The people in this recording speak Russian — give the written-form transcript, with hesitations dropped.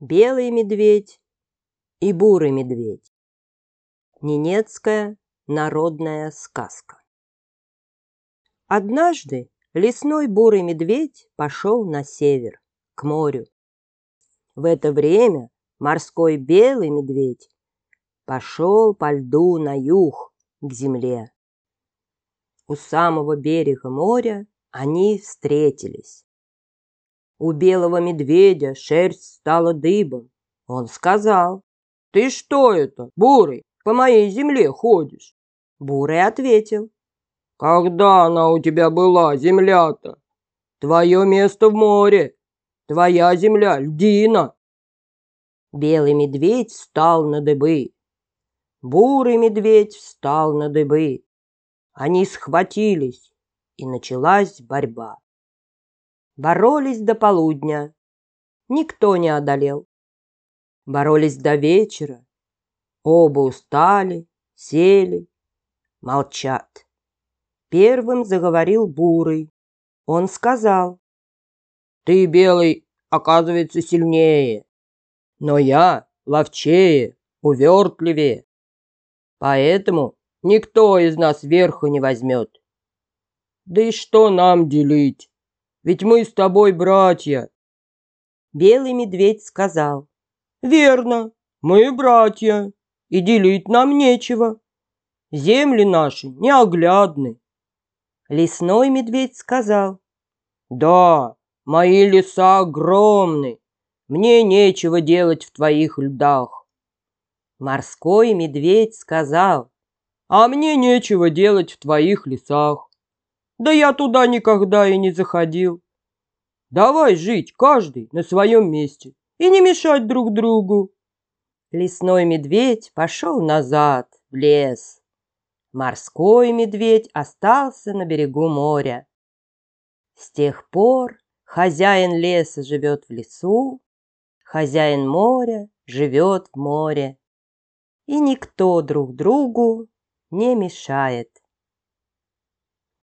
Белый медведь и бурый медведь. Ненецкая народная сказка. Однажды лесной бурый медведь пошел на север, к морю. В это время морской белый медведь пошел по льду на юг, к земле. У самого берега моря они встретились. У белого медведя шерсть стала дыбом. Он сказал: «Ты что это, бурый, по моей земле ходишь?» Бурый ответил: «Когда она у тебя была, земля-то? Твое место в море, твоя земля — льдина». Белый медведь встал на дыбы. Бурый медведь встал на дыбы. Они схватились, и началась борьба. Боролись до полудня. Никто не одолел. Боролись до вечера. Оба устали, сели, молчат. Первым заговорил бурый. Он сказал: «Ты, белый, оказывается, сильнее, но я ловчее, увертливее. Поэтому никто из нас верху не возьмет. Да и что нам делить? Ведь мы с тобой братья». Белый медведь сказал: «Верно, мы братья, и делить нам нечего. Земли наши неоглядны». Лесной медведь сказал: «Да, мои леса огромны, мне нечего делать в твоих льдах». Морской медведь сказал: «А мне нечего делать в твоих лесах. Да я туда никогда и не заходил. Давай жить каждый на своем месте и не мешать друг другу». Лесной медведь пошел назад, в лес. Морской медведь остался на берегу моря. С тех пор хозяин леса живет в лесу, хозяин моря живет в море, и никто друг другу не мешает.